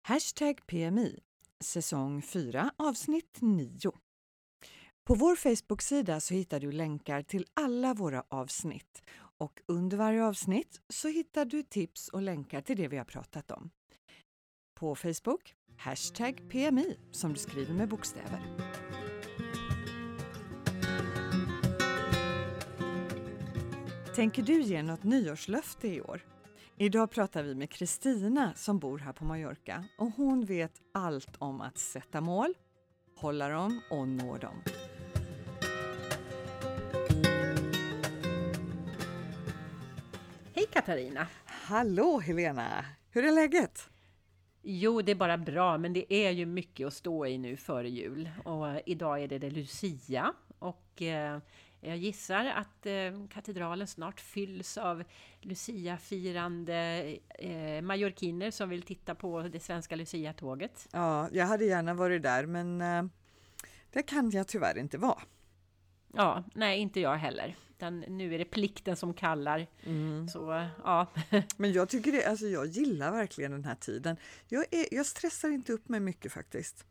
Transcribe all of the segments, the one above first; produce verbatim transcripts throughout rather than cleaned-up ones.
Hashtag P M I, säsong fyra, avsnitt nio. På vår Facebook-sida så hittar du länkar till alla våra avsnitt och under varje avsnitt så hittar du tips och länkar till det vi har pratat om. På Facebook, hashtag P M I som du skriver med bokstäver. Tänker du ge något nyårslöfte i år? Idag pratar vi med Kristina som bor här på Mallorca och hon vet allt om att sätta mål, hålla dem och nå dem. Hej Katarina! Hallå Helena! Hur är läget? Jo, det är bara bra, men det är ju mycket att stå i nu före jul. Och idag är det det Lucia och eh, jag gissar att eh, katedralen snart fylls av Lucia-firande eh, mallorquiner som vill titta på det svenska Lucia-tåget. Ja, jag hade gärna varit där men eh, det kan jag tyvärr inte vara. Ja, nej inte jag heller. Den, nu är det plikten som kallar. Mm. Så, ja. Men jag tycker det, alltså jag gillar verkligen den här tiden. Jag, är, jag stressar inte upp mig mycket faktiskt.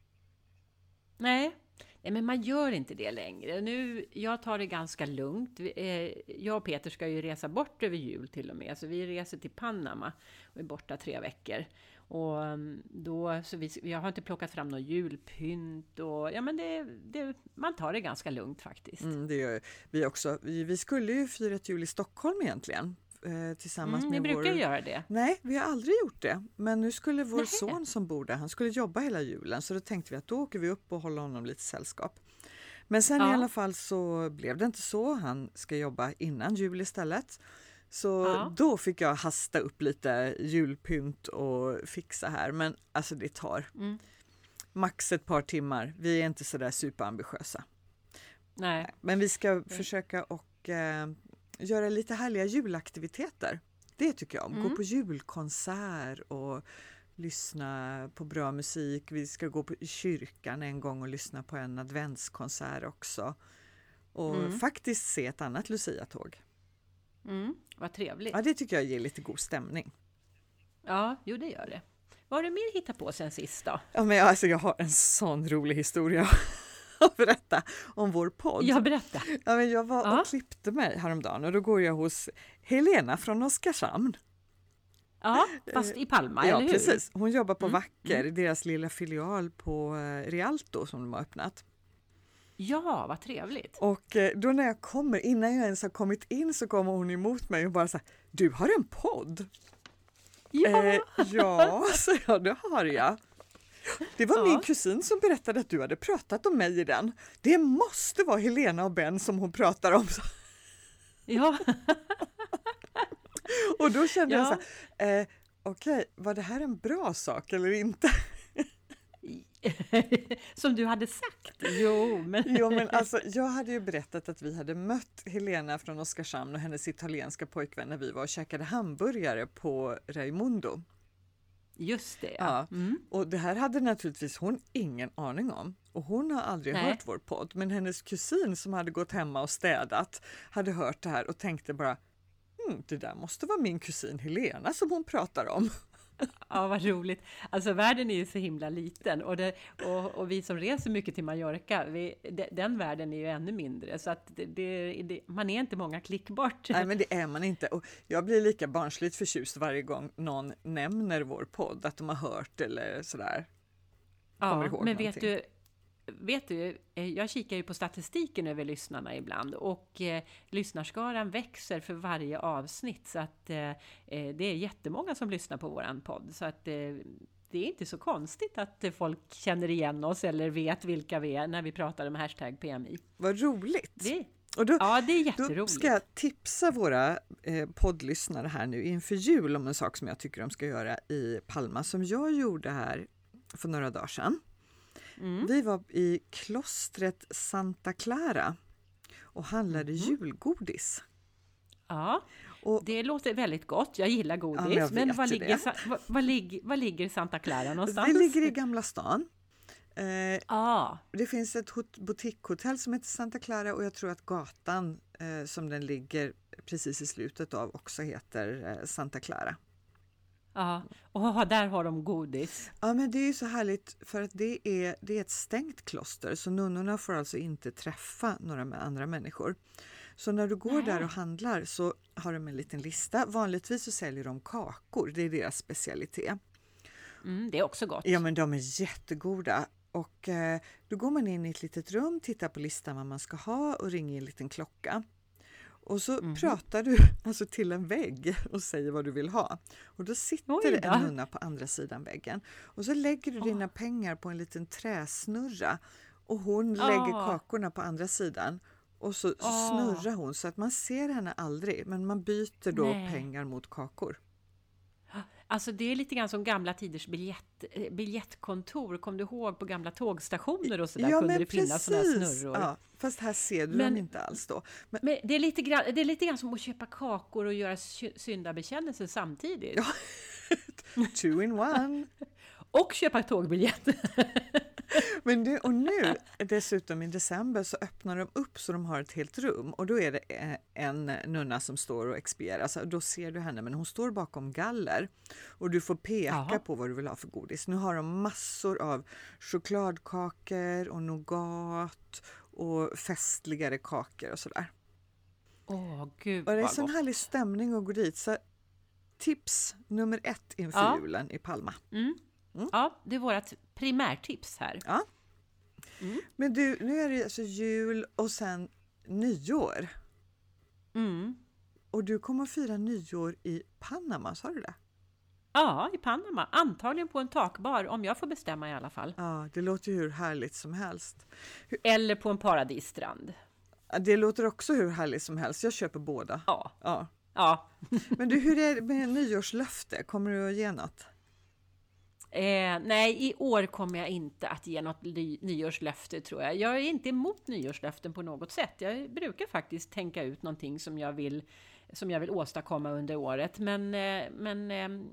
Nej. Nej, men man gör inte det längre. Nu, jag tar det ganska lugnt. Jag och Peter ska ju resa bort över jul till och med. Så vi reser till Panama och är borta tre veckor. Och då, så vi, jag har inte plockat fram någon julpynt. Och, ja, men det, det, man tar det ganska lugnt faktiskt. Mm, det gör vi också. Vi, vi skulle ju fira ett jul i Stockholm egentligen. Eh, tillsammans mm, med ni brukar vår... göra det. Nej, vi har aldrig gjort det. Men nu skulle vår Nej. son som bor där, han skulle jobba hela julen. Så då tänkte vi att då åker vi upp och håller honom lite sällskap. Men sen ja. i alla fall så blev det inte så. Han ska jobba innan jul istället. Så ja. då fick jag hasta upp lite julpynt och fixa här. Men alltså det tar mm. max ett par timmar. Vi är inte så där superambitiösa. Nej. Men vi ska Nej. försöka och eh, göra lite härliga julaktiviteter. Det tycker jag om. Mm. Gå på julkonsert och lyssna på bra musik. Vi ska gå på kyrkan en gång och lyssna på en adventskonsert också. Och mm. faktiskt se ett annat Lucia-tåg. Mm, vad trevligt. Ja, det tycker jag ger lite god stämning. Ja, jo det gör det. Vad har du mer hittat på sen sist då? Ja, men jag, alltså, jag har en sån rolig historia att berätta om vår podd. Jag berättar. Ja, men jag var ja. och klippte mig häromdagen och då går jag hos Helena från Oskarshamn. Ja, fast i Palma, ja, eller hur? Ja, precis. Hon jobbar på mm. Vacker, mm. deras lilla filial på Rialto som de har öppnat. Ja, vad trevligt. Och då när jag kommer, innan jag ens har kommit in så kommer hon emot mig och bara så här, du har en podd? Ja, eh, ja så ja, det har jag. Det var ja. min kusin som berättade att du hade pratat om mig i den. Det måste vara Helena och Ben som hon pratar om. Ja. Och då kände ja. jag så här, eh, okej, okay, var det här en bra sak eller inte? Som du hade sagt. Jo men... jo, men alltså, jag hade ju berättat att vi hade mött Helena från Oskarshamn och hennes italienska pojkvän när vi var och käkade hamburgare på Raimundo. Just det, ja. ja. Mm. Och det här hade naturligtvis hon ingen aning om. Och hon har aldrig Nej. hört vår podd. Men hennes kusin som hade gått hemma och städat hade hört det här och tänkte bara, hm, det där måste vara min kusin Helena som hon pratar om. Ja, vad roligt. Alltså världen är ju så himla liten och, det, och, och vi som reser mycket till Mallorca, vi, de, den världen är ju ännu mindre så att det, det, det, man är inte många klick bort. Nej, men det är man inte och jag blir lika barnsligt förtjust varje gång någon nämner vår podd, att de har hört eller sådär. Ja, men någonting. vet du Vet du, jag kikar ju på statistiken över lyssnarna ibland och eh, lyssnarskaran växer för varje avsnitt så att eh, det är jättemånga som lyssnar på våran podd så att eh, det är inte så konstigt att folk känner igen oss eller vet vilka vi är när vi pratar om hashtag P M I. Vad roligt! Det, och då, ja, det är jätteroligt. Då ska jag tipsa våra eh, poddlyssnare här nu inför jul om en sak som jag tycker de ska göra i Palma som jag gjorde här för några dagar sedan. Mm. Vi var i klostret Santa Clara och handlade mm. julgodis. Ja, och, det låter väldigt gott. Jag gillar godis. Ja, men men var, ligger, var, var, ligger, var ligger Santa Clara någonstans? Det ligger i Gamla stan. Eh, ah. Det finns ett hot- boutiquehotell som heter Santa Clara och jag tror att gatan eh, som den ligger precis i slutet av också heter eh, Santa Clara. Ja, och där har de godis. Ja, men det är ju så härligt för att det är, det är ett stängt kloster, så nunnorna får alltså inte träffa några andra människor. Så när du går Nej. där och handlar så har de en liten lista. Vanligtvis så säljer de kakor, det är deras specialitet. Mm, det är också gott. Ja, men de är jättegoda. Och eh, då går man in i ett litet rum, tittar på listan vad man ska ha och ringer en liten klocka. Och så mm. pratar du alltså till en vägg och säger vad du vill ha. Och då sitter det en nunna på andra sidan väggen. Och så lägger du oh. dina pengar på en liten träsnurra. Och hon oh. lägger kakorna på andra sidan. Och så oh. snurrar hon så att man ser henne aldrig. Men man byter då Nej. pengar mot kakor. Alltså det är lite grann som gamla tiders biljett, biljettkontor. Kom du ihåg på gamla tågstationer och så där ja, kunde det precis. finnas sådana snurror. Ja, fast här ser du men, dem inte alls då. Men, men det, är lite grann, det är lite grann som att köpa kakor och göra syndabekännelse samtidigt. Ja, two in one. Och köpa tågbiljett. Men det, och nu dessutom i december så öppnar de upp så de har ett helt rum och då är det en nunna som står och expedierar. Alltså, då ser du henne, men hon står bakom galler och du får peka Aha. på vad du vill ha för godis. Nu har de massor av chokladkakor och nougat och festligare kakor och sådär. Åh, gud och det är vad sån gott. Härlig stämning att gå dit. Så tips nummer ett inför ja. julen i Palma. Mm. Mm. Ja, det är vårt primärtips här. Ja. Mm. Men du, nu är det alltså jul och sen nyår. Mm. Och du kommer att fira nyår i Panama, sa du det? Ja, i Panama. Antagligen på en takbar, om jag får bestämma i alla fall. Ja, det låter ju hur härligt som helst. Hur... Eller på en paradisstrand. Ja, det låter också hur härligt som helst. Jag köper båda. Ja. Ja. ja. Men du, hur är det med nyårslöfte? Kommer du att ge något? Eh, nej, i år kommer jag inte att ge något ny- nyårslöfte tror jag. Jag är inte emot nyårslöften på något sätt. Jag brukar faktiskt tänka ut någonting som jag vill, som jag vill åstadkomma under året. Men, eh, men eh,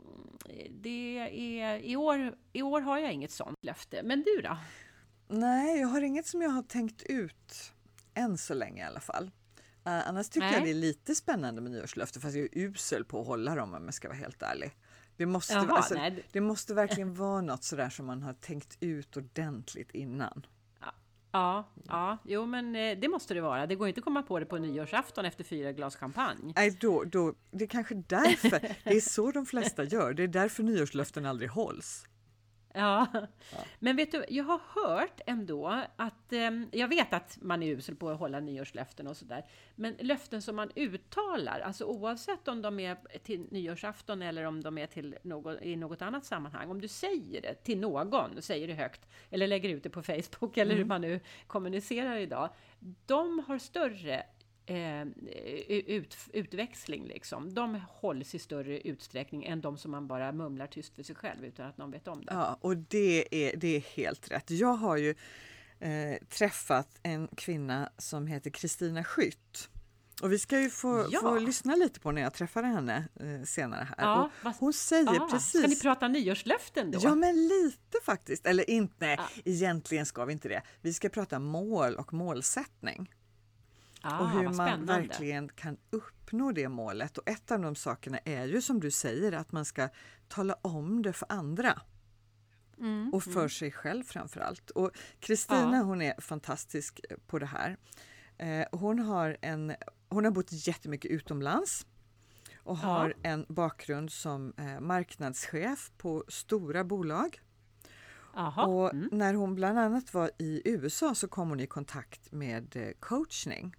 det är, i, år, i år har jag inget sånt löfte. Men du då? Nej, jag har inget som jag har tänkt ut än så länge i alla fall. Uh, annars tycker nej. jag det är lite spännande med nyårslöfte, fast jag är usel på att hålla dem om jag ska vara helt ärlig. Det måste, Jaha, alltså, det måste verkligen vara något sådär som man har tänkt ut ordentligt innan. Ja, ja, ja, jo men det måste det vara. Det går inte att komma på det på nyårsafton efter fyra glas champagne. Nej, då, då, det är kanske därför. Det är så de flesta gör. Det är därför nyårslöften aldrig hålls. Ja. ja, men vet du, jag har hört ändå att, eh, jag vet att man är usel på att hålla nyårslöften och sådär, men löften som man uttalar, alltså oavsett om de är till nyårsafton eller om de är till något, i något annat sammanhang, om du säger det till någon, säger det högt, eller lägger ut det på Facebook eller mm. hur man nu kommunicerar idag, de har större Eh, ut, utväxling liksom. De hålls i större utsträckning än de som man bara mumlar tyst för sig själv utan att någon vet om det. Ja, och det är, det är helt rätt. Jag har ju eh, träffat en kvinna som heter Kristina Skytt. Och vi ska ju få, ja. få lyssna lite på när jag träffade henne eh, senare här. Ja, och hon säger ja, precis... Ska ni prata nyårslöften då? Ja, men lite faktiskt. Eller inte, nej, ja. egentligen ska vi inte det. Vi ska prata mål och målsättning. Ah, och hur man verkligen kan uppnå det målet. Och ett av de sakerna är ju som du säger att man ska tala om det för andra. Mm, och för mm. sig själv framförallt. Och Kristina ja. hon är fantastisk på det här. Eh, hon, har en, hon har bott jättemycket utomlands. Och ja. har en bakgrund som eh, marknadschef på stora bolag. Aha, och mm. när hon bland annat var i U S A så kom hon i kontakt med eh, coachning.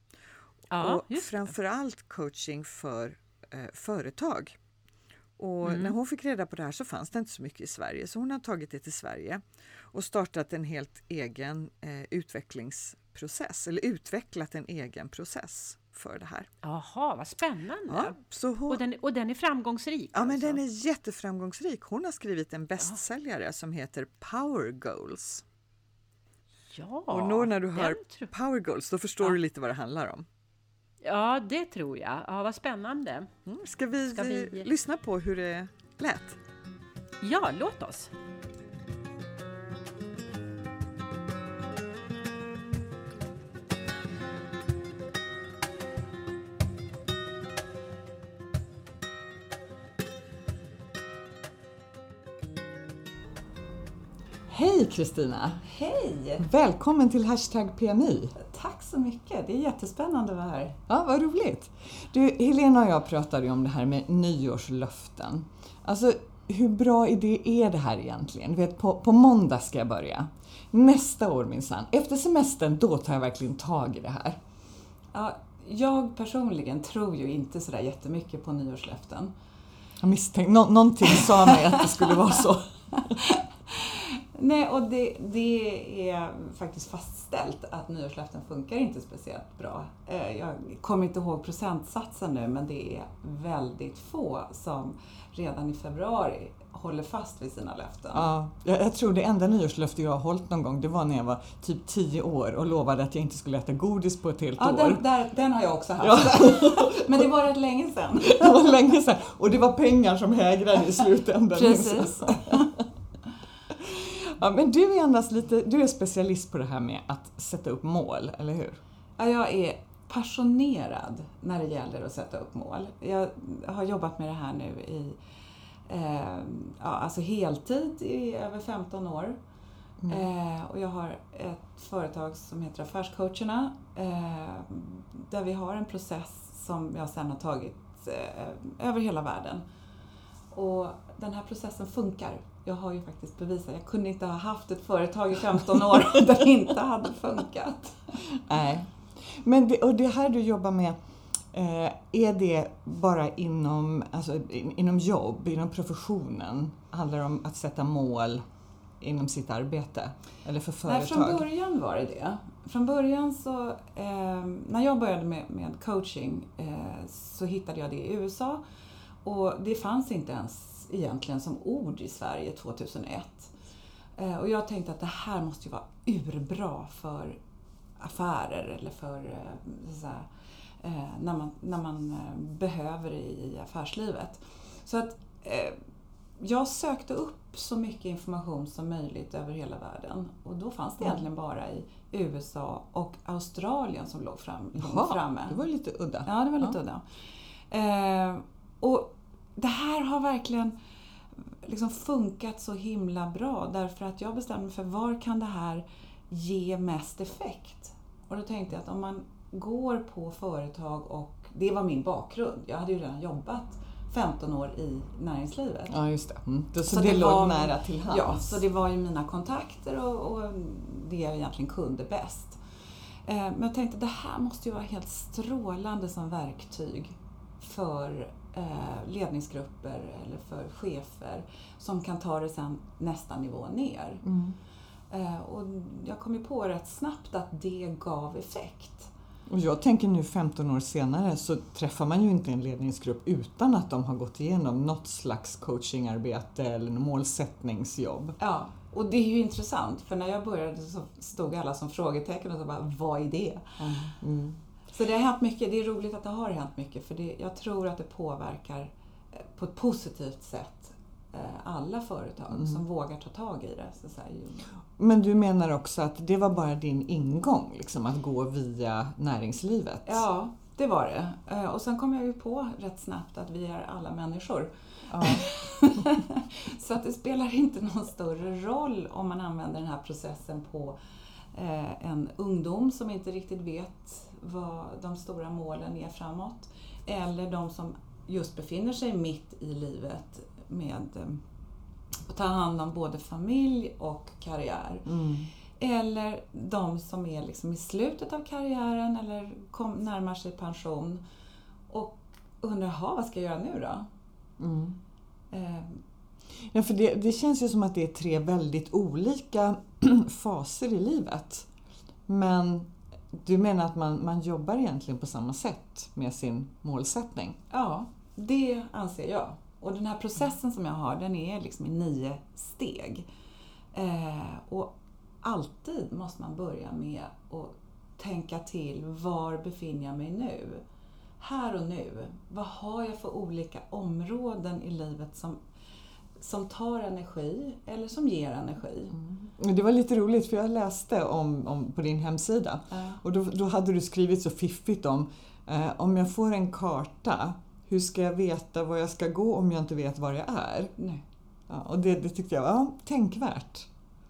Ja, och framförallt coaching för eh, företag. Och mm. när hon fick reda på det här så fanns det inte så mycket i Sverige. Så hon har tagit det till Sverige och startat en helt egen eh, utvecklingsprocess. Eller utvecklat en egen process för det här. Jaha, vad spännande. Ja, så hon, och, den, och den är framgångsrik? Ja, alltså. men den är jätteframgångsrik. Hon har skrivit en bästsäljare ja. som heter Power Goals. Ja, och nu när du hör tro- Power Goals då förstår ja. du lite vad det handlar om. Ja, det tror jag. Ja, vad spännande. Mm. Ska, vi, Ska vi lyssna på hur det lät? Ja, låt oss. Hej Kristina! Hej! Välkommen till Hashtag P M I. Tack så mycket, det är jättespännande att vara här. Ja, vad roligt. Du, Helena och jag pratade ju om det här med nyårslöften. Alltså, hur bra idé är det här egentligen? Du vet, på, på måndag ska jag börja. Nästa år minsann. Efter semestern, då tar jag verkligen tag i det här. Ja, jag personligen tror ju inte sådär jättemycket på nyårslöften. Jag misstänkte, Nå- någonting sa mig att det skulle vara så. Nej, och det, det är faktiskt fastställt att nyårslöften funkar inte speciellt bra. Jag kommer inte ihåg procentsatsen nu, men det är väldigt få som redan i februari håller fast vid sina löften. Ja, jag, jag tror det enda nyårslöfte jag har hållit någon gång, det var när jag var typ tio år och lovade att jag inte skulle äta godis på ett helt ja, år. Den, där, den har jag också haft. Ja. Men det var rätt länge sedan. Det var länge sedan. Och det var pengar som hägrade i slutändan. Precis. Ja, men du är annars lite, du är specialist på det här med att sätta upp mål, eller hur? Ja, jag är passionerad när det gäller att sätta upp mål. Jag har jobbat med det här nu i eh, ja, alltså heltid i över femton år. Mm. Eh, och jag har ett företag som heter Affärscoacherna eh, där vi har en process som jag sedan har tagit eh, över hela världen. Och den här processen funkar. Jag har ju faktiskt bevisat. Jag kunde inte ha haft ett företag i femton år där det inte hade funkat. Nej. Men det, och det här du jobbar med, eh, är det bara inom, alltså, in, inom jobb, inom professionen? Handlar det om att sätta mål inom sitt arbete? Eller för företag? Nej, från början var det det. Från början så, eh, när jag började med, med coaching eh, så hittade jag det i U S A. Och det fanns inte ens egentligen som ord i Sverige tjugohundraett. Eh, och jag tänkte att det här måste ju vara urbra för affärer eller för eh, så här, eh, när man, när man eh, behöver det i affärslivet. Så att eh, jag sökte upp så mycket information som möjligt över hela världen. Och då fanns det mm. egentligen bara i U S A och Australien som låg, fram, låg framme. Det var lite udda. Ja, det var lite ja. udda. Eh, och det här har verkligen liksom funkat så himla bra därför att jag bestämde mig för var kan det här ge mest effekt. Och då tänkte jag att om man går på företag och det var min bakgrund. Jag hade ju redan jobbat femton år i näringslivet. Ja, just det. Mm. Så, så det, det låg var nära till hands. Ja, så det var ju mina kontakter och, och det jag egentligen kunde bäst. Eh, men jag tänkte att det här måste ju vara helt strålande som verktyg för ledningsgrupper eller för chefer som kan ta det sen nästa nivå ner. Mm. Och jag kom ju på rätt snabbt att det gav effekt. Och jag tänker nu femton år senare så träffar man ju inte en ledningsgrupp utan att de har gått igenom något slags coachingarbete eller målsättningsjobb. Ja, och det är ju intressant för när jag började så stod alla som frågetecken och så bara, vad är det? Mm. Mm. Så det har hänt mycket. Det är roligt att det har hänt mycket för det, jag tror att det påverkar på ett positivt sätt alla företag mm. som vågar ta tag i det. Så att säga. Men du menar också att det var bara din ingång liksom, att gå via näringslivet? Ja, det var det. Och sen kom jag ju på rätt snabbt att vi är alla människor. Ja. Så att det spelar inte någon större roll om man använder den här processen på en ungdom som inte riktigt vet vad de stora målen är framåt. Eller de som just befinner sig mitt i livet med att ta hand om både familj och karriär. Mm. Eller de som är liksom i slutet av karriären eller kom, närmar sig pension och undrar, vad ska jag göra nu då? Mm. Eh. Ja, för det, det känns ju som att det är tre väldigt olika faser i livet. Men du menar att man, man jobbar egentligen på samma sätt med sin målsättning? Ja, det anser jag. Och den här processen som jag har, den är liksom i nio steg. Eh, och alltid måste man börja med att tänka till, var befinner jag mig nu? Här och nu, vad har jag för olika områden i livet som, som tar energi eller som ger energi? Mm. Det var lite roligt för jag läste om, om på din hemsida äh. och då, då hade du skrivit så fiffigt om eh, om jag får en karta, hur ska jag veta var jag ska gå om jag inte vet var jag är? Nej. Ja, och det, det tyckte jag var ja, tänkvärt.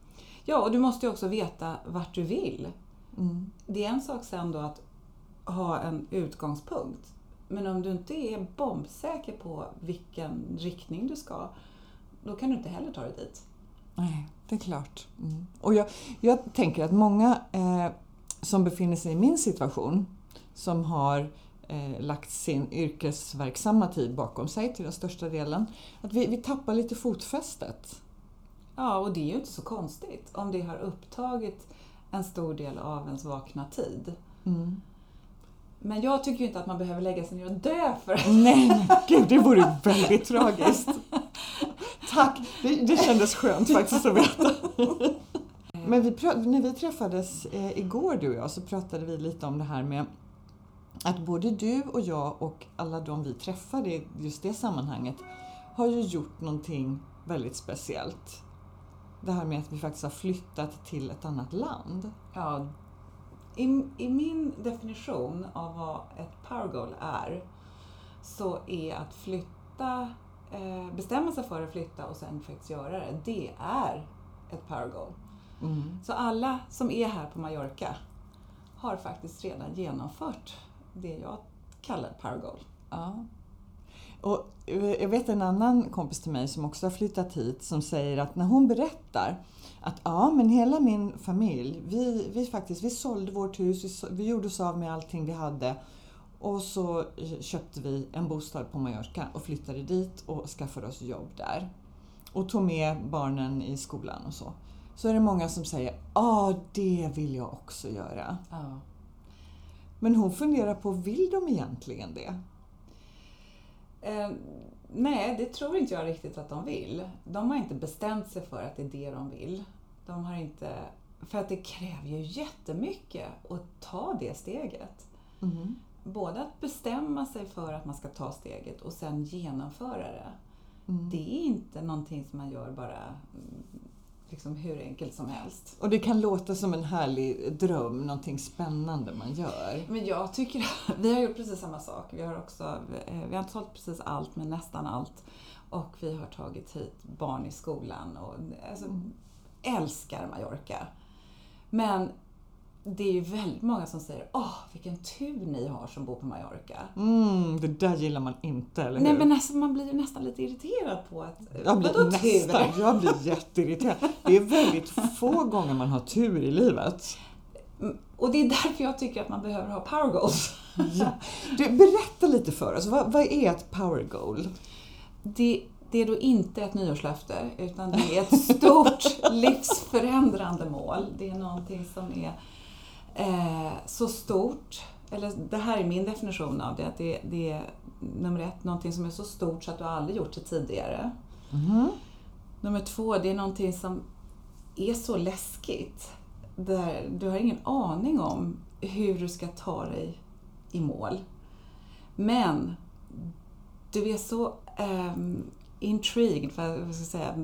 Ja, och du måste ju också veta vart du vill. Mm. Det är en sak sen då att ha en utgångspunkt. Men om du inte är bombsäker på vilken riktning du ska, då kan du inte heller ta dig dit. Nej, det är klart. Mm. Och jag, jag tänker att många eh, som befinner sig i min situation, som har eh, lagt sin yrkesverksamma tid bakom sig till den största delen, att vi, vi tappar lite fotfästet. Ja, och det är ju inte så konstigt om det har upptagit en stor del av ens vakna tid. Mm. Men jag tycker ju inte att man behöver lägga sig ner och dö för det. Nej, gud, det vore väldigt tragiskt. Tack, det, det kändes skönt faktiskt att veta. Men vi, när vi träffades eh, igår, du och jag, så pratade vi lite om det här med att både du och jag och alla de vi träffade i just det sammanhanget har ju gjort någonting väldigt speciellt. Det här med att vi faktiskt har flyttat till ett annat land. Ja, i, i min definition av vad ett power goal är, så är att flytta, eh, bestämma sig för att flytta och sen faktiskt göra det, det är ett power goal. Mm. Så alla som är här på Mallorca har faktiskt redan genomfört det jag kallar power goal. Ja. Och jag vet en annan kompis till mig som också har flyttat hit som säger att när hon berättar att ja, men hela min familj, vi, vi faktiskt, vi sålde vårt hus, vi, vi gjorde oss av med allting vi hade och så köpte vi en bostad på Mallorca och flyttade dit och skaffade oss jobb där. Och tog med barnen i skolan och så. Så är det många som säger, ja, det vill jag också göra. Ja. Men hon funderar på, vill de egentligen det? Eh, nej, det tror inte jag riktigt att de vill. De har inte bestämt sig för att det är det de vill. De har inte, för att det kräver ju jättemycket att ta det steget. Mm. Både att bestämma sig för att man ska ta steget och sen genomföra det. Mm. Det är inte någonting som man gör bara liksom hur enkelt som helst. Och det kan låta som en härlig dröm, någonting spännande man gör. Men jag tycker, vi har gjort precis samma sak. Vi har också, vi har inte sålt precis allt, men nästan allt. Och vi har tagit hit barn i skolan och alltså, mm. älskar Mallorca. Men det är ju väldigt många som säger, åh, vilken tur ni har som bor på Mallorca. Mm, det där gillar man inte, eller hur? Nej, men alltså, man blir ju nästan lite irriterad på att... Jag blir nästan, jag blir jätteirriterad. Det är väldigt få gånger man har tur i livet. Och det är därför jag tycker att man behöver ha power goals. Ja. Du, berätta lite för oss, vad, vad är ett power goal? Det, det är då inte ett nyårslöfte, utan det är ett stort livsförändrande mål. Det är någonting som är eh, så stort, eller det här är min definition av det, att det, det är nummer ett, någonting som är så stort så att du aldrig gjort det tidigare. Mm. Nummer två, det är någonting som är så läskigt, där du har ingen aning om hur du ska ta dig i mål. Men du är så um, intrigued, för vad ska jag säga,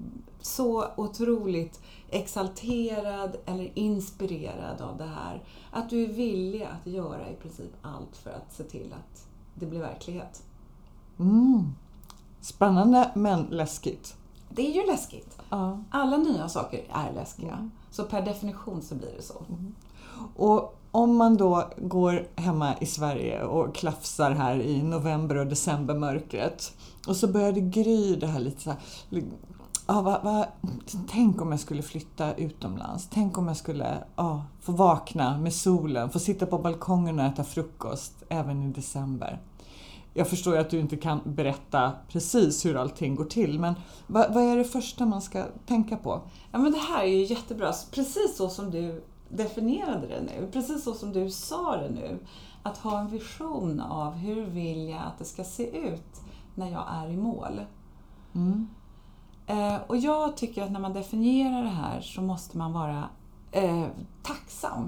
så otroligt exalterad eller inspirerad av det här, att du är villig att göra i princip allt för att se till att det blir verklighet. Mm. Spännande men läskigt. Det är ju läskigt. Ja. Alla nya saker är läskiga. Mm. Så per definition så blir det så. Mm. Och om man då går hemma i Sverige och klafsar här i november och decembermörkret och så börjar det gry det här lite så här, ja, va, va, tänk om jag skulle flytta utomlands, tänk om jag skulle ja, få vakna med solen, få sitta på balkongen och äta frukost även i december. Jag förstår ju att du inte kan berätta precis hur allting går till, men vad, vad är det första man ska tänka på? Ja, men det här är ju jättebra, precis så som du definierade det nu, precis så som du sa det nu, att ha en vision av hur vill jag att det ska se ut när jag är i mål. Mm. Eh, och jag tycker att när man definierar det här så måste man vara eh, tacksam.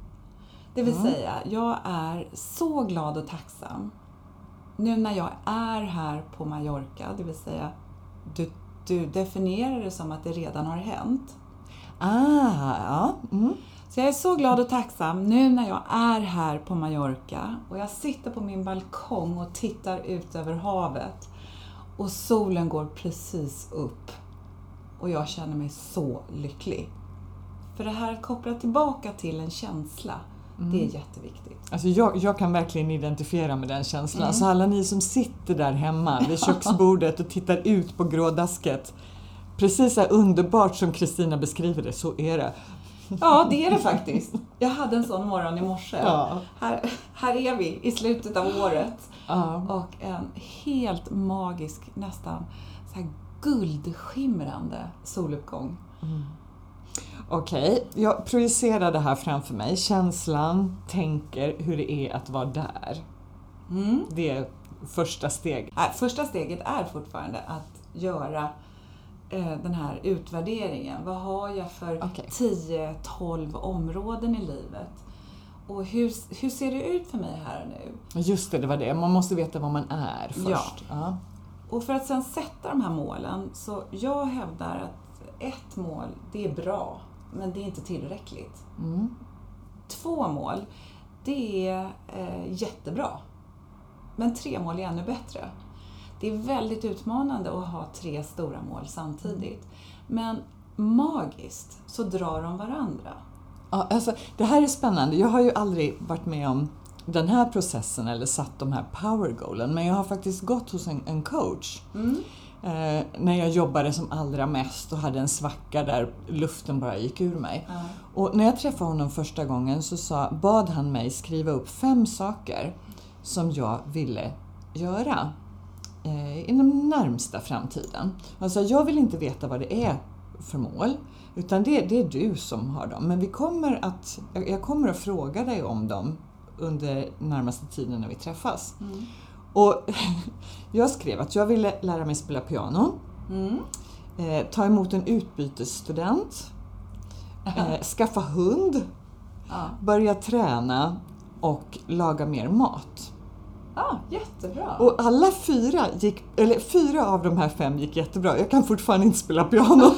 Det vill mm. säga, jag är så glad och tacksam nu när jag är här på Mallorca, det vill säga du, du definierar det som att det redan har hänt. Ah, ja. Mm. Så jag är så glad och tacksam nu när jag är här på Mallorca och jag sitter på min balkong och tittar ut över havet och solen går precis upp och jag känner mig så lycklig. För det här att koppla tillbaka till en känsla, mm. det är jätteviktigt. Alltså jag, jag kan verkligen identifiera med den känslan. Mm. Så alla ni som sitter där hemma vid köksbordet och tittar ut på grådasket, precis så underbart som Kristina beskriver det, så är det. Ja, det är det faktiskt. Jag hade en sån morgon i morse. Ja. Här, här är vi i slutet av året. Ja. Och en helt magisk, nästan så här guldskimrande soluppgång. Mm. Okej, okay. Jag projicerar det här framför mig. Känslan, tänker hur det är att vara där. Mm. Det är första steget. Nej, första steget är fortfarande att göra eh, den här utvärderingen. Vad har jag för okay. tio tolv områden i livet? Och hur, hur ser det ut för mig här nu? Just det, det var det. Man måste veta vad man är först. Ja. Ja. Och för att sen sätta de här målen, så jag hävdar att ett mål, det är bra, men det är inte tillräckligt. Mm. Två mål, det är eh, jättebra. Men tre mål är ännu bättre. Det är väldigt utmanande att ha tre stora mål samtidigt. Men magiskt så drar de varandra. Ja, alltså, det här är spännande. Jag har ju aldrig varit med om den här processen eller satt de här power goalen. Men jag har faktiskt gått hos en, en coach. Mm. Eh, när jag jobbade som allra mest och hade en svacka där luften bara gick ur mig. Mm. Och när jag träffade honom första gången så sa, bad han mig skriva upp fem saker som jag ville göra eh, inom närmsta framtiden. Alltså, jag vill inte veta vad det är för mål, utan det, det är du som har dem. Men vi kommer att, jag kommer att fråga dig om dem under närmaste tiden när vi träffas. Mm. Och jag skrev att jag ville lära mig spela piano, mm. eh, ta emot en utbytesstudent, eh, skaffa hund, ja. börja träna och laga mer mat. Ja, jättebra. Och alla fyra gick, eller fyra av de här fem gick jättebra. Jag kan fortfarande inte spela piano.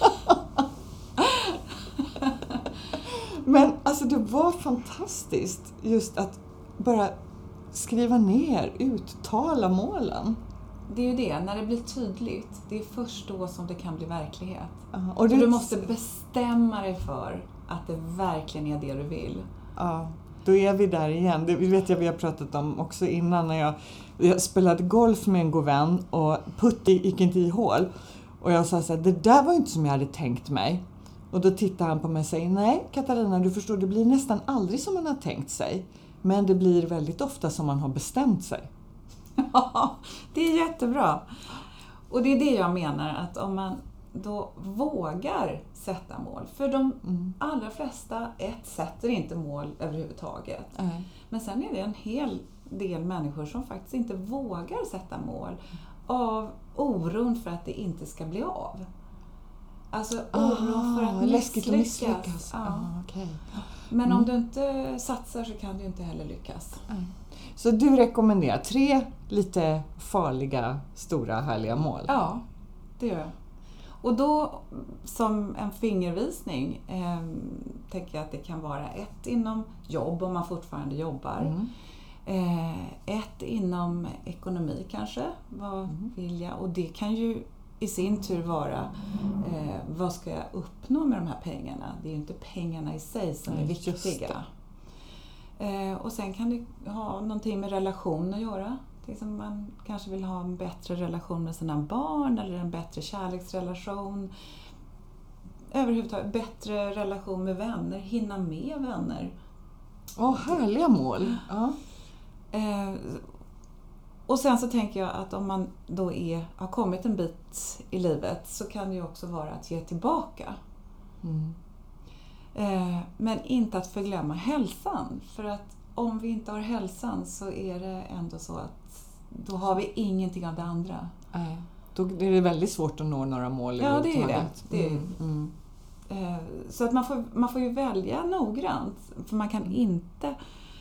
Men alltså det var fantastiskt just att bara skriva ner, uttala målen. Det är ju det, när det blir tydligt, det är först då som det kan bli verklighet. Uh, och du, du måste bestämma dig för att det verkligen är det du vill. Ja, då är vi där igen. Det vet jag vi har pratat om också innan när jag, jag spelade golf med en god vän och putt gick inte i hål. Och jag sa så här, det där var inte som jag hade tänkt mig. Och då tittar han på mig och säger, nej Katarina, du förstår, det blir nästan aldrig som man har tänkt sig. Men det blir väldigt ofta som man har bestämt sig. Ja, det är jättebra. Och det är det jag menar, att om man då vågar sätta mål. För de mm. allra flesta, ett, sätter inte mål överhuvudtaget. Mm. Men sen är det en hel del människor som faktiskt inte vågar sätta mål av oron för att det inte ska bli av. Alltså oron för att läskigt misslyckas. misslyckas. Ja. Ah, okay. Men mm. om du inte satsar så kan du inte heller lyckas. Mm. Så du rekommenderar tre lite farliga, stora, härliga mål? Ja, det gör jag. Och då som en fingervisning eh, tänker jag att det kan vara ett inom jobb om man fortfarande jobbar. Mm. Eh, ett inom ekonomi kanske, vad mm. vill jag? Och det kan ju i sin tur vara eh, vad ska jag uppnå med de här pengarna? Det är ju inte pengarna i sig som är viktiga. Eh, och sen kan det ha någonting med relation att göra. Det är som man kanske vill ha en bättre relation med sina barn eller en bättre kärleksrelation. Överhuvudtaget bättre relation med vänner, hinna med vänner. Åh, härliga mål. Ja. Eh, och sen så tänker jag att om man då är, har kommit en bit i livet så kan det ju också vara att ge tillbaka. Mm. Eh, men inte att förglömma hälsan. För att om vi inte har hälsan så är det ändå så att då har vi ingenting av det andra. Nej. Då är det väldigt svårt att nå några mål. Ja, det är det. det är, mm. Mm. Eh, så att man får, man får ju välja noggrant. För man kan inte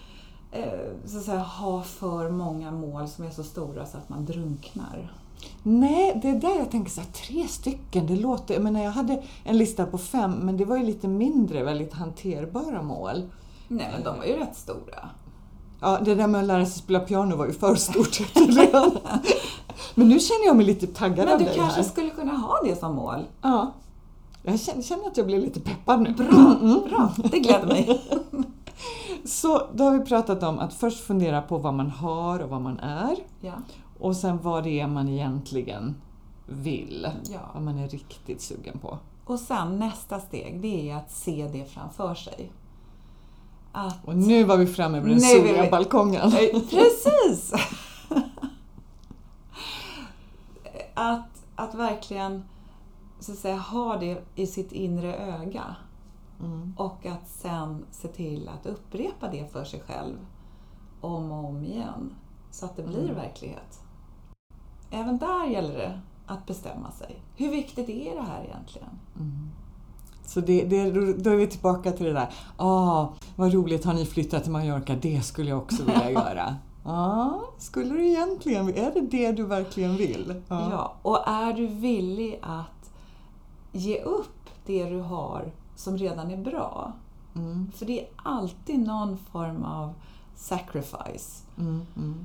eh, så att säga, ha för många mål som är så stora så att man drunknar. Nej, det är där jag tänker så här, tre stycken, det låter, jag menar jag hade en lista på fem, men det var ju lite mindre, väldigt hanterbara mål. Nej, men de var ju rätt stora. Ja, det där med att lära sig spela piano var ju för stort. Men nu känner jag mig lite taggad men av du dig kanske här. skulle kunna ha det som mål. Ja. Jag känner, känner att jag blir lite peppad nu. Bra, mm. bra. Det gläder mig. Så då har vi pratat om att först fundera på vad man har och vad man är. Ja. Och sen vad det är man egentligen vill. Ja. Vad man är riktigt sugen på. Och sen nästa steg, det är att se det framför sig. Att... Och nu var vi framme med den soliga vi... balkongen. Precis! att, att verkligen så att säga, ha det i sitt inre öga. Mm. Och att sen se till att upprepa det för sig själv om och om igen. Så att det blir mm. verklighet. Även där gäller det att bestämma sig. Hur viktigt är det här egentligen? Mm. Så det, det, då är vi tillbaka till det där. Ah, vad roligt, har ni flyttat till Mallorca? Det skulle jag också vilja göra. Ja, ah, skulle du egentligen? Är det det du verkligen vill? Ah. Ja, och är du villig att ge upp det du har som redan är bra? Mm. För det är alltid någon form av sacrifice mm, mm.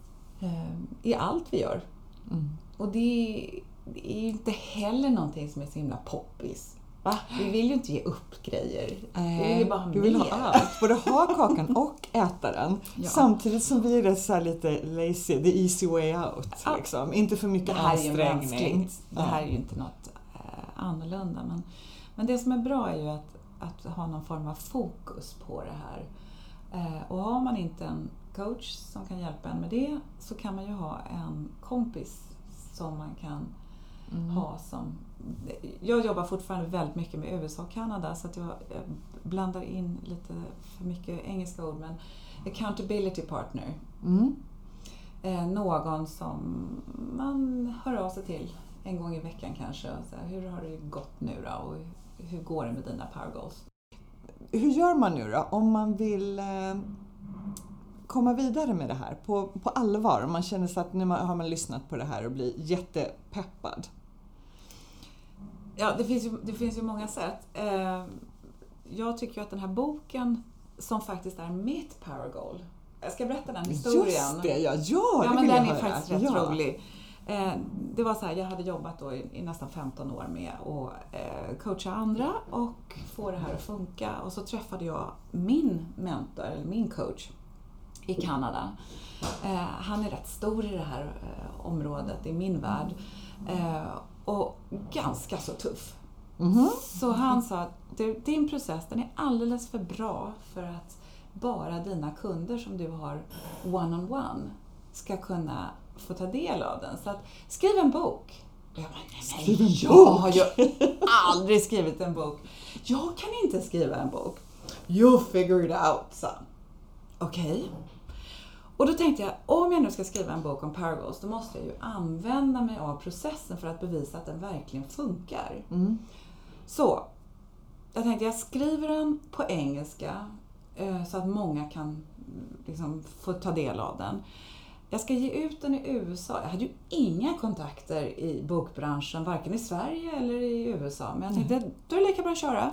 i allt vi gör. Mm. Och det, det är ju inte heller någonting som är så himla poppis. Va? Vi vill ju inte ge upp grejer. Nej, vi vill ju bara ha vi vill mer. ha allt. Både ha kakan och äta den. Ja. Samtidigt som vi är rätt så här lite lazy, the easy way out. Ja. Liksom. Inte för mycket det här ansträngning. Är det här är ju inte något eh, annorlunda. Men, men det som är bra är ju att, att ha någon form av fokus på det här. Eh, och har man inte en coach som kan hjälpa en med det, så kan man ju ha en kompis som man kan mm. ha som... Jag jobbar fortfarande väldigt mycket med U S A och Kanada, så att jag blandar in lite för mycket engelska ord, men accountability partner. Mm. Eh, någon som man hör av sig till en gång i veckan kanske. Så här, hur har det gått nu då? Och hur går det med dina power goals? Hur gör man nu då om man vill eh, komma vidare med det här på, på allvar? Om man känner sig att nu har man lyssnat på det här och blir jättepeppad. Ja, det finns ju, det finns ju många sätt. Eh, jag tycker ju att den här boken, som faktiskt är mitt power goal. Jag ska berätta den historien. Just det, ja, ja, ja det men vill den jag är höra. faktiskt rätt ja. rolig. Eh, det var så här, jag hade jobbat då i, i nästan femton år med att eh, coacha andra och få det här att funka. Och så träffade jag min mentor, eller min coach i Kanada. Eh, han är rätt stor i det här eh, området, i min värld. Eh, och ganska så tuff. Mm-hmm. Så han sa att din process, den är alldeles för bra för att bara dina kunder som du har one-on-one ska kunna få ta del av den. Så att skriv en bok. Jag bara, nej, skriv en jag bok? har ju aldrig skrivit en bok. Jag kan inte skriva en bok. You'll figure it out, son. Okej. Okay. Och då tänkte jag, om jag nu ska skriva en bok om power goals, då måste jag ju använda mig av processen för att bevisa att den verkligen funkar. Mm. Så, jag tänkte jag skriver den på engelska eh, så att många kan liksom få ta del av den. Jag ska ge ut den i U S A. Jag hade ju inga kontakter i bokbranschen, varken i Sverige eller i U S A. Men jag tänkte, mm. då är det lika bra att köra.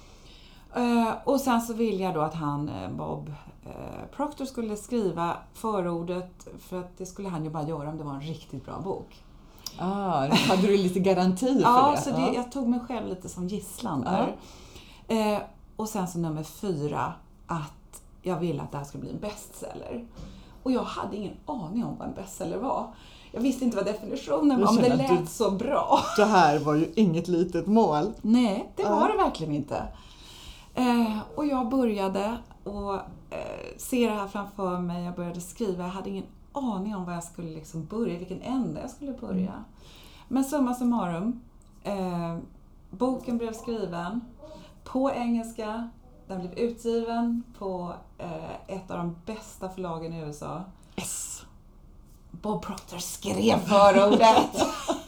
Uh, och sen så vill jag då att han, Bob uh, Proctor, skulle skriva förordet, för att det skulle han ju bara göra om det var en riktigt bra bok. Ah, hade du lite garanti för ja, det? Så det, jag tog mig själv lite som gisslan där. Uh. Uh, och sen så nummer fyra, att jag ville att det här skulle bli en bestseller. Och jag hade ingen aning om vad en bestseller var. Jag visste inte vad definitionen var, men det lät du, så bra. Det här var ju inget litet mål. Nej, det var uh. det verkligen inte. Eh, och jag började och eh, se det här framför mig. Jag började skriva. Jag hade ingen aning om var jag skulle liksom börja, vilken ände jag skulle börja. Mm. Men summa summarum, eh, boken blev skriven på engelska. Den blev utgiven på eh, ett av de bästa förlagen i U S A. Yes. Bob Proctor skrev förordet.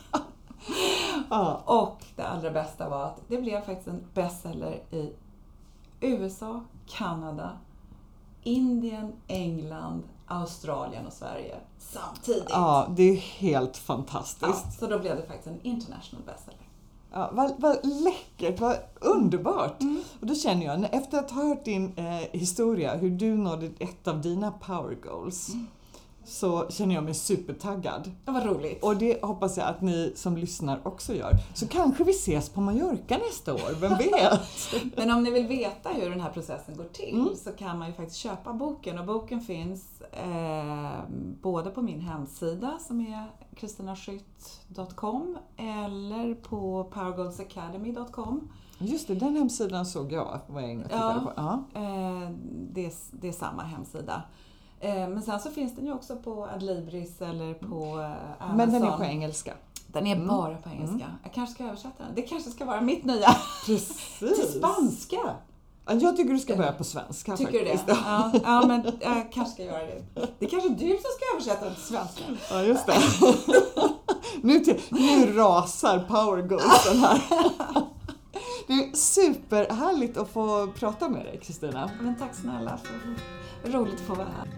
ah. Och det allra bästa var att det blev faktiskt en bestseller i U S A, Kanada, Indien, England, Australien och Sverige samtidigt. Ja, det är helt fantastiskt. Ja, så då blev det faktiskt en international bestseller. Ja, vad, vad läckert, vad underbart. Mm. Och då känner jag, efter att ha hört din eh, historia, hur du nådde ett av dina power goals. Mm. så känner jag mig supertaggad. Det var roligt. Och det hoppas jag att ni som lyssnar också gör. Så kanske vi ses på Mallorca nästa år, vem vet? Men om ni vill veta hur den här processen går till mm. så kan man ju faktiskt köpa boken. Och boken finns eh, både på min hemsida som är kristina skytt punkt com eller på powergoals academy punkt com. Just det, den hemsidan såg jag vad jag inne och tittade ja, på. Ja, eh, det, är, det är samma hemsida. Men sen så finns den ju också på Adlibris eller på Amazon. Men den är på engelska. Den är mm. bara på engelska. Mm. Jag kanske ska översätta den. Det kanske ska vara mitt nya. Precis. Till spanska. Jag tycker du ska börja på svenska. Tycker faktiskt. du det? Ja, ja, men jag kanske ska göra det. Det är kanske du som ska översätta den till svenska. Ja, just det. nu, till, nu rasar powergoalsen här. Det är superhärligt att få prata med dig, Kristina. Men tack snälla. För roligt att få vara här.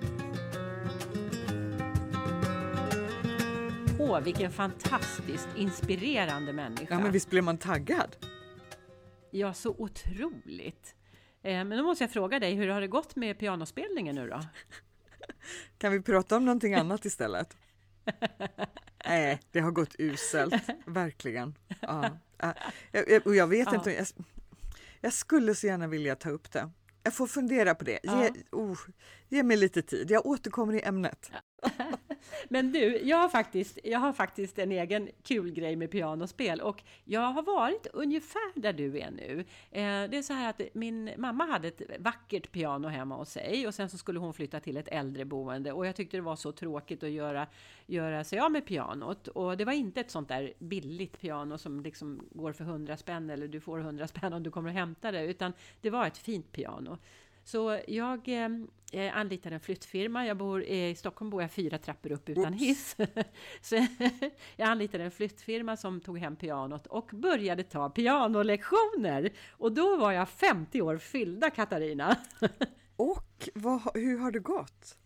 Åh, vilken fantastiskt inspirerande människa. Ja, men visst blir man taggad? Ja, så otroligt. Eh, men då måste jag fråga dig, hur har det gått med pianospelningen nu då? Kan vi prata om någonting annat istället? Nej, det har gått uselt. Verkligen. Ja. Jag, och jag vet ja. inte, jag, jag skulle så gärna vilja ta upp det. Jag får fundera på det. Ge, ja. oh, ge mig lite tid. Jag återkommer i ämnet. Men du, jag har, faktiskt, jag har faktiskt en egen kul grej med pianospel. Och jag har varit ungefär där du är nu. Eh, det är så här att min mamma hade ett vackert piano hemma hos sig. Och sen så skulle hon flytta till ett äldreboende. Och jag tyckte det var så tråkigt att göra, göra sig av med pianot. Och det var inte ett sånt där billigt piano som liksom går för hundra spänn. Eller du får hundra spänn om du kommer att hämta det. Utan det var ett fint piano. Så jag eh, anlitade en flyttfirma. Jag bor i Stockholm, bor jag fyra trappor upp utan Oops. hiss. Så jag anlitade en flyttfirma som tog hem pianot och började ta pianolektioner. Och då var jag femtio år fyllda, Katarina. Och vad, hur har det gått?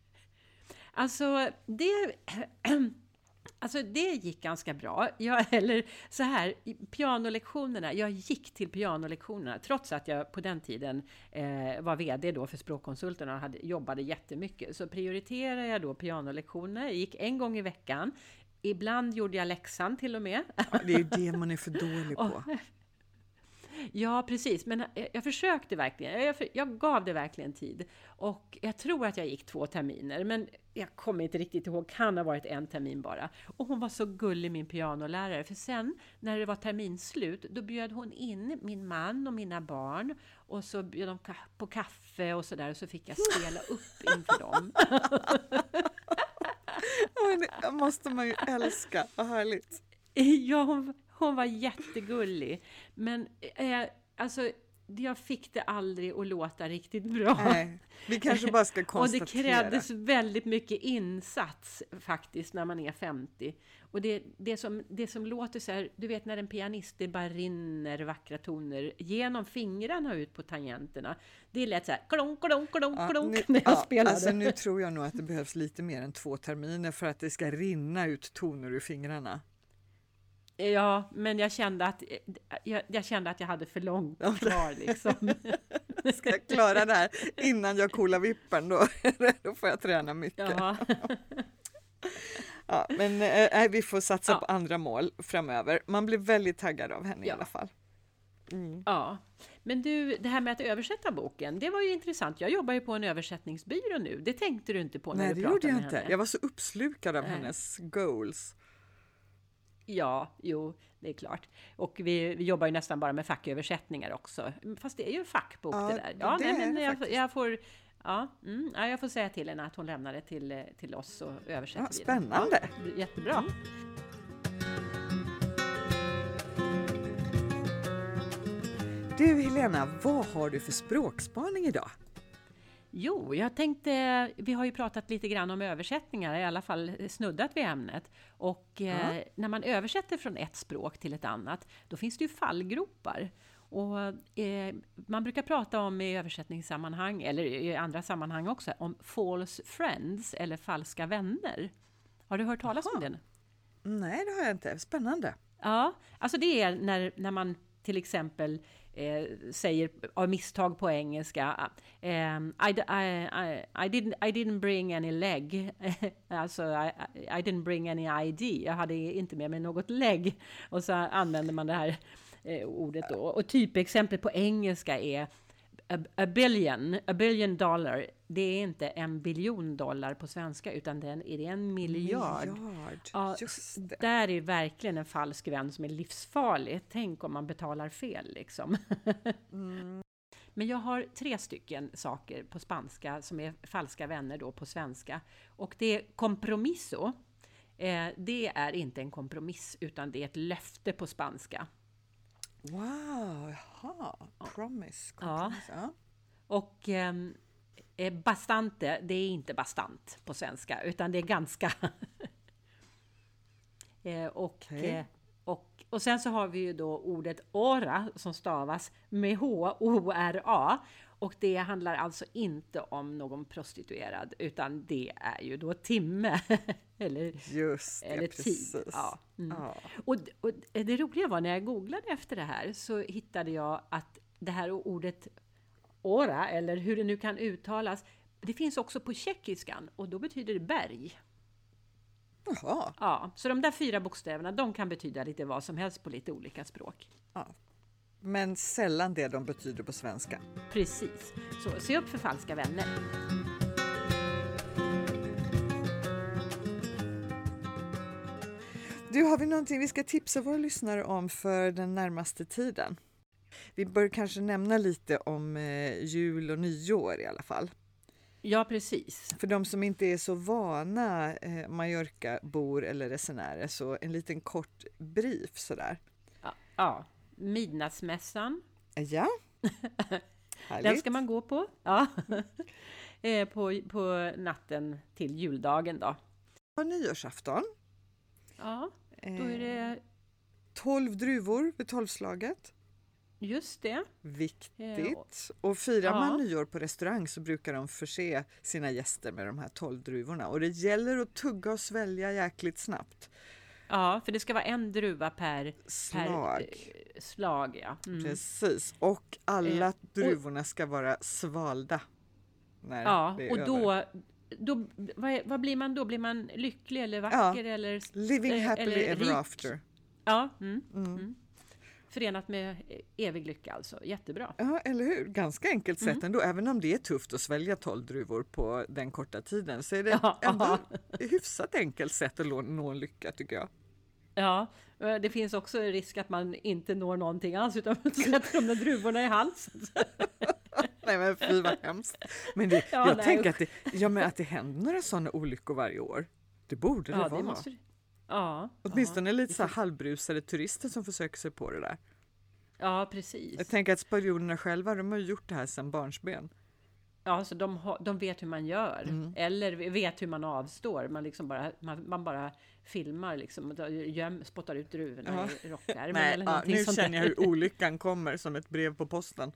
Alltså, det... Alltså det gick ganska bra. Jag, eller så här, pianolektionerna, jag gick till pianolektionerna trots att jag på den tiden eh, var vd då för språkkonsulterna och hade, jobbade jättemycket. Så prioriterade jag då pianolektioner. Jag gick en gång i veckan. Ibland gjorde jag läxan till och med. Ja, det är ju det man är för dålig på. Och, ja, precis. Men jag, jag försökte verkligen. Jag, jag gav det verkligen tid. Och jag tror att jag gick två terminer. Men jag kommer inte riktigt ihåg. Kan ha varit en termin bara. Och hon var så gullig, min pianolärare. För sen, när det var terminslut, då bjöd hon in min man och mina barn. Och så bjöd de på kaffe och sådär. Och så fick jag spela upp inför dem. Det måste man ju älska. Vad härligt. Ja, hon... Hon var jättegullig. Men eh, alltså, jag fick det aldrig att låta riktigt bra. Nej, vi kanske bara ska konstatera. Och det krävdes väldigt mycket insats faktiskt när man är femtio. Och det, det, som, det som låter så här, du vet när en pianist, det bara rinner vackra toner genom fingrarna ut på tangenterna. Det lät så här, klonk, klonk, klonk, ja, klonk nu, när jag ja, spelade. Alltså nu tror jag nog att det behövs lite mer än två terminer för att det ska rinna ut toner ur fingrarna. Ja, men jag kände att jag, jag kände att jag hade för långt kvar liksom. Ska jag klara det här innan jag coolar vippen då? Då får jag träna mycket. Ja. Ja, men äh, vi får satsa ja. på andra mål framöver. Man blir väldigt taggad av henne ja. i alla fall. Mm. Ja, men du, det här med att översätta boken, det var ju intressant. Jag jobbar ju på en översättningsbyrå nu. Det tänkte du inte på när Nej, du pratade pratade med med inte. henne. Jag var så uppslukad av äh. hennes goals. Ja, jo, det är klart. Och vi, vi jobbar ju nästan bara med facköversättningar också. Fast det är ju en fackbok ja, det där. Ja, det nej, men jag, faktiskt. jag får... Ja, mm, ja, jag får säga till henne att hon lämnar det till, till oss och översätter ja, spännande. Ja, jättebra. Mm. Du Helena, vad har du för språkspaning idag? Jo, jag tänkte, vi har ju pratat lite grann om översättningar, i alla fall snuddat vid ämnet. Och ja. eh, när man översätter från ett språk till ett annat, då finns det ju fallgropar. Och eh, man brukar prata om i översättningssammanhang, eller i andra sammanhang också, om false friends eller falska vänner. Har du hört talas Aha. om det? Nej, det har jag inte. Spännande. Ja, alltså det är när, när man till exempel eh, säger av misstag på engelska um, I, I, I, I, didn't, I didn't bring any leg. Alltså I, I didn't bring any I D. Jag hade inte med mig något lägg. Och så använder man det här eh, ordet då. Och typexemplet på engelska är A, a billion, a billion dollar, det är inte en biljon dollar på svenska, utan det är, är det en miljard. miljard. Ja, Just det. Där är verkligen en falsk vän som är livsfarlig. Tänk om man betalar fel liksom. Mm. Men jag har tre stycken saker på spanska som är falska vänner då på svenska. Och det är compromiso. Eh, det är inte en kompromiss, utan det är ett löfte på spanska. Wow, jaha. Promise. Compromise. Ja. Ja. Och eh, bastante, det är inte bastant på svenska, utan det är ganska. eh, och, Okay. eh, och, och sen så har vi ju då ordet hora som stavas med H O R A. Och det handlar alltså inte om någon prostituerad, utan det är ju då timme. eller Just det, eller precis. tid. Ja. Mm. Ja. Och, och det roliga var när jag googlade efter det här så hittade jag att det här ordet hora, eller hur det nu kan uttalas, det finns också på tjeckiskan och då betyder det berg. Jaha. Ja, så de där fyra bokstäverna, de kan betyda lite vad som helst på lite olika språk. Ja. Men sällan det de betyder på svenska. Precis. Så se upp för falska vänner. Du, har vi någonting vi ska tipsa våra lyssnare om för den närmaste tiden? Vi bör kanske nämna lite om eh, jul och nyår i alla fall. Ja, precis. För de som inte är så vana eh, Mallorca-bor eller resenärer, så en liten kort brief sådär. Ja, ja. Midnattsmässan. Ja, härligt. Den ska man gå på. Ja. eh, på, på natten till juldagen då. På nyårsafton. Ja, då är det tolv druvor vid tolvslaget. just det. Viktigt. Och firar Ja. man nyår på restaurang så brukar de förse sina gäster med de här tolv druvorna. Och det gäller att tugga och svälja jäkligt snabbt. Ja, för det ska vara en druva per Slag. Per, eh, slag ja. Mm. Precis. Och alla Eh, och- druvorna ska vara svalda. När Ja, det är och över. då, då vad, är- vad blir man då? Blir man lycklig eller vacker eller Living eh, happily eller ever rik? after. Ja, mm, Mm. mm. Förenat med eh, evig lycka alltså. Jättebra. Ja, eller hur? Ganska enkelt sätt Mm. ändå. Även om det är tufft att svälja tolv druvor på den korta tiden så är det Ja, ändå ett hyfsat enkelt sätt att nå nå en lycka, tycker jag. Ja, eh, det finns också en risk att man inte når någonting alls utan sätter de där druvorna i halsen. Nej, men fy vad hemskt. Men det, Ja, jag nej, tänker usch. att det, ja, men att det händer några sådana olyckor varje år. Det borde det Ja, vara. det måste det. Ja, Åtminstone ja. lite så här halvbrusade turister som försöker sig på det där. Ja, precis. Jag tänker att spanjorerna själva, de har gjort det här sedan barnsben. Ja, så de, har, de vet hur man gör. Mm. Eller vet hur man avstår. Man, liksom bara, man, man bara filmar liksom, och göm, spottar ut druvorna Ja. i rockärmen. Nej, eller ja, någonting nu sånt känner jag där. hur olyckan kommer som ett brev på posten.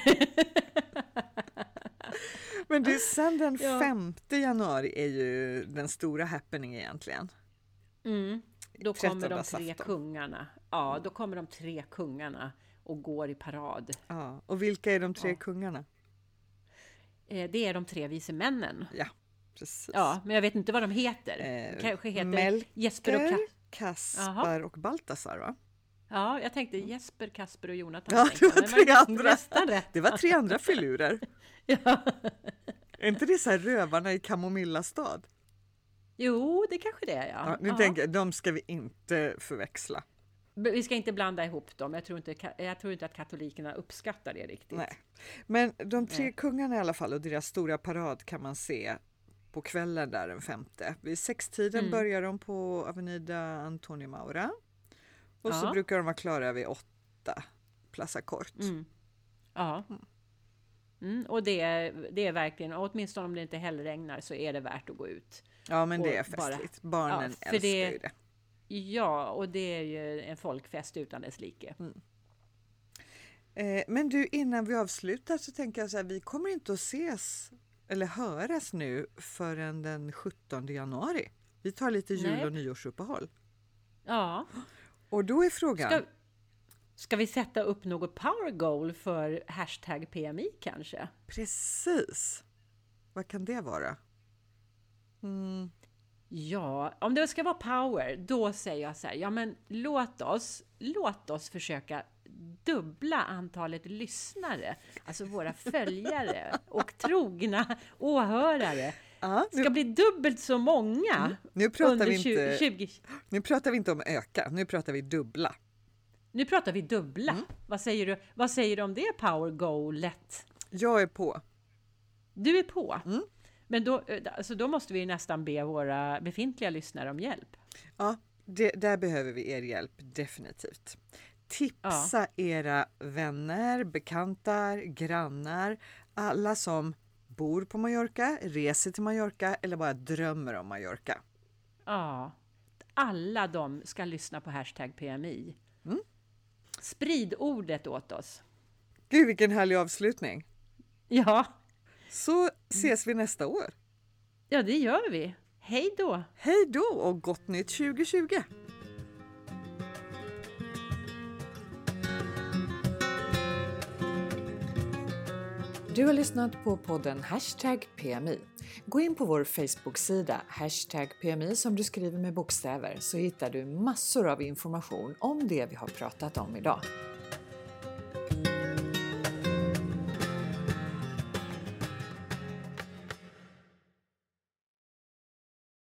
Men det är sen den Ja. femte januari är ju den stora happening egentligen. Mm. Då kommer de tre trettondagsafton. kungarna. Ja, då kommer de tre kungarna och går i parad. Ja. Och vilka är de tre Ja. kungarna? Eh, det är de tre vise männen. Ja, precis. Ja, men jag vet inte vad de heter. Eh, Kanske heter Melker, Jesper och Ka- Kaspar och Baltasar, va? Ja, jag tänkte Jesper, Kasper och Jonathan. Ja, tänkte det jag, var men tre andra. nästan rätt. Det var tre andra filurer. Ja. Är inte det så här rövarna i Kamomillastad? Jo, det kanske det är, ja. Ja, nu Ja. tänker jag, de ska vi inte förväxla. Vi ska inte blanda ihop dem. Jag tror inte, jag tror inte att katolikerna uppskattar det riktigt. Nej. Men de tre Nej. kungarna i alla fall och deras stora parad kan man se på kvällen där den femte. Vid sextiden Mm. börjar de på Avenida Antonio Maura. Och så Ja. brukar de vara klara vid åtta, Plaza Kort. Mm. Ja. Mm, och det är, det är verkligen, åtminstone om det inte heller regnar så är det värt att gå ut. Ja, men det Och är bara- festligt. Barnen Ja, för älskar det- ju det. Ja, och det är ju en folkfest utan dess like. Eh, men du, innan vi avslutar så tänker jag så här, vi kommer inte att ses eller höras nu förrän den sjuttonde januari. Vi tar lite jul- Nej. och nyårsuppehåll. Ja. Och då är frågan, Ska, Ska vi sätta upp något power goal för hashtag P M I kanske? Precis. Vad kan det vara? Mm. Ja, om det ska vara power, då säger jag så här, ja men låt oss, låt oss försöka dubbla antalet lyssnare, alltså våra följare och trogna åhörare. Ja, nu, ska bli dubbelt så många mm, nu pratar vi inte, tjugo Nu pratar vi inte om öka, nu pratar vi dubbla. Nu pratar vi dubbla. Mm. Vad säger du? Vad säger du om det power goalet? Jag är på. Du är på? Mm. Men då, alltså då måste vi nästan be våra befintliga lyssnare om hjälp. Ja, det, där behöver vi er hjälp definitivt. Tipsa ja. era vänner, bekantar, grannar, alla som bor på Mallorca, reser till Mallorca eller bara drömmer om Mallorca. Ja, alla de ska lyssna på hashtag P M I. Mm. Sprid ordet åt oss. Gud, vilken härlig avslutning. Ja. Så ses vi nästa år. Ja, det gör vi. Hej då. Hej då och gott nytt tjugo tjugo. Du har lyssnat på podden Hashtag P M I. Gå in på vår Facebook-sida Hashtag P M I som du skriver med bokstäver så hittar du massor av information om det vi har pratat om idag.